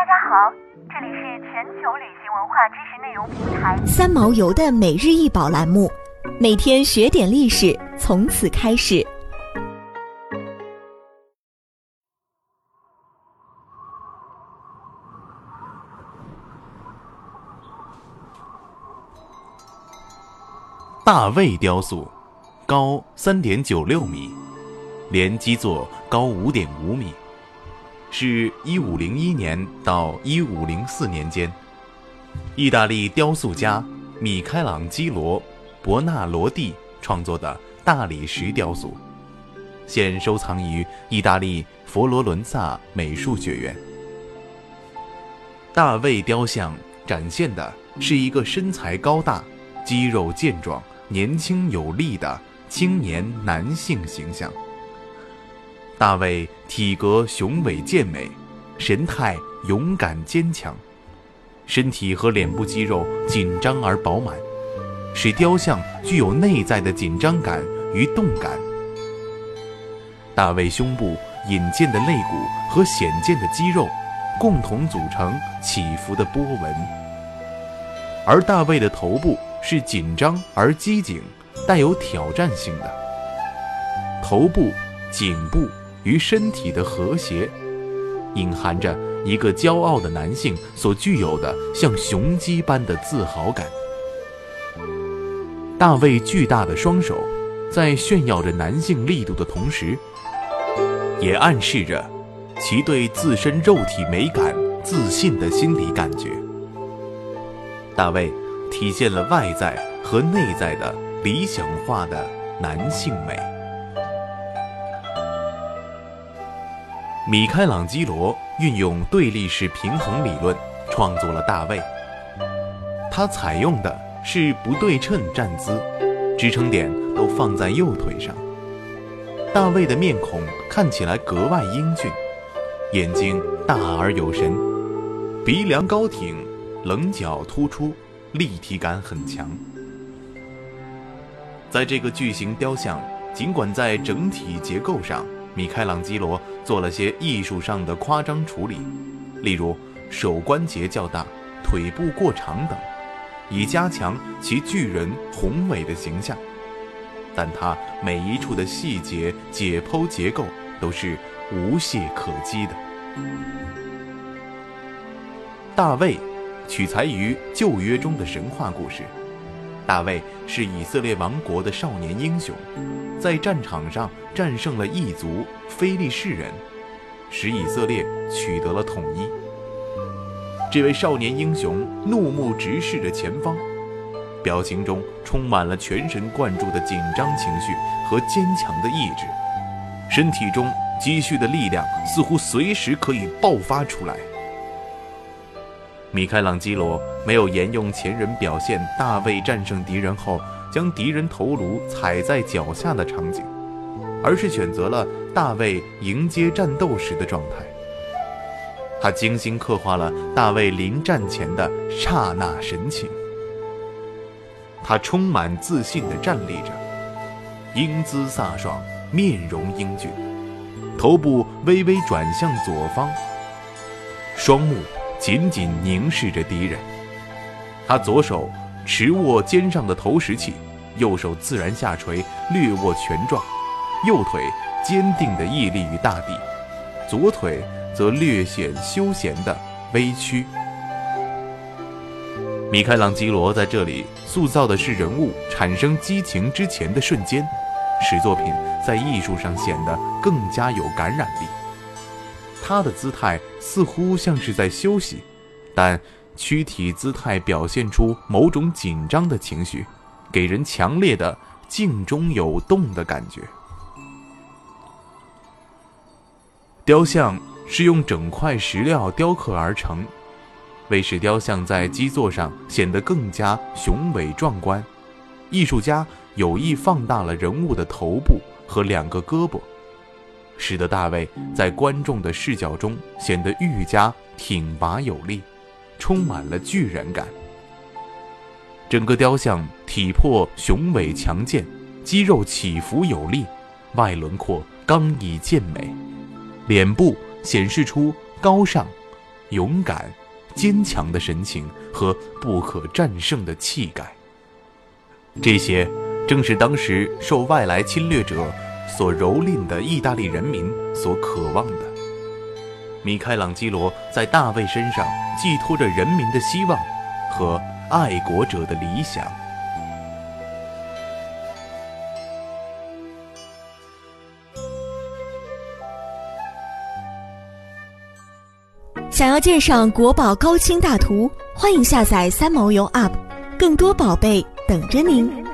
家好，这里是全球旅行文化知识内容平台三毛游的每日一宝栏目，每天学点历史，从此开始。 大卫雕塑，高3.96米，连基座高5.5米，是1501年到1504年间，意大利雕塑家米开朗基罗·伯纳罗蒂创作的大理石雕塑，现收藏于意大利佛罗伦萨美术学院。大卫雕像展现的是一个身材高大、肌肉健壮、年轻有力的青年男性形象。大卫体格雄伟健美，神态勇敢坚强，身体和脸部肌肉紧张而饱满，使雕像具有内在的紧张感与动感。大卫胸部隐健的肋骨和显健的肌肉共同组成起伏的波纹，而大卫的头部是紧张而机警，带有挑战性的。头部、颈部与身体的和谐，隐含着一个骄傲的男性所具有的像雄鸡般的自豪感。大卫巨大的双手在炫耀着男性力度的同时，也暗示着其对自身肉体美感自信的心理感觉。大卫体现了外在和内在的理想化的男性美。米开朗基罗运用对立式平衡理论创作了大卫，他采用的是不对称站姿，支撑点都放在右腿上。大卫的面孔看起来格外英俊，眼睛大而有神，鼻梁高挺，棱角突出，立体感很强。在这个巨型雕像，尽管在整体结构上米开朗基罗做了些艺术上的夸张处理，例如手关节较大、腿部过长等，以加强其巨人宏伟的形象，但他每一处的细节解剖结构都是无懈可击的。大卫取材于旧约中的神话故事，大卫是以色列王国的少年英雄，在战场上战胜了异族非利士人，使以色列取得了统一。这位少年英雄怒目直视着前方，表情中充满了全神贯注的紧张情绪和坚强的意志，身体中积蓄的力量似乎随时可以爆发出来。米开朗基罗没有沿用前人表现大卫战胜敌人后将敌人头颅踩在脚下的场景，而是选择了大卫迎接战斗时的状态。他精心刻画了大卫临战前的刹那神情，他充满自信地站立着，英姿飒爽，面容英俊，头部微微转向左方，双目紧紧凝视着敌人。他左手持握肩上的投石器，右手自然下垂，略握拳状，右腿坚定地屹立于大地，左腿则略显休闲地微曲。米开朗基罗在这里塑造的是人物产生激情之前的瞬间，使作品在艺术上显得更加有感染力。他的姿态似乎像是在休息，但躯体姿态表现出某种紧张的情绪，给人强烈的静中有动的感觉。雕像是用整块石料雕刻而成，为使雕像在基座上显得更加雄伟壮观，艺术家有意放大了人物的头部和2个胳膊，使得大卫在观众的视角中显得愈加挺拔有力，充满了巨人感。整个雕像体魄雄伟强健，肌肉起伏有力，外轮廓刚毅健美，脸部显示出高尚、 勇敢、坚强的神情和不可战胜的气概。这些正是当时受外来侵略者所蹂躏的意大利人民所渴望的。米开朗基罗在大卫身上寄托着人民的希望和爱国者的理想。 想要鉴赏国宝高清大图，欢迎下载三毛游 App， 更多宝贝等着您。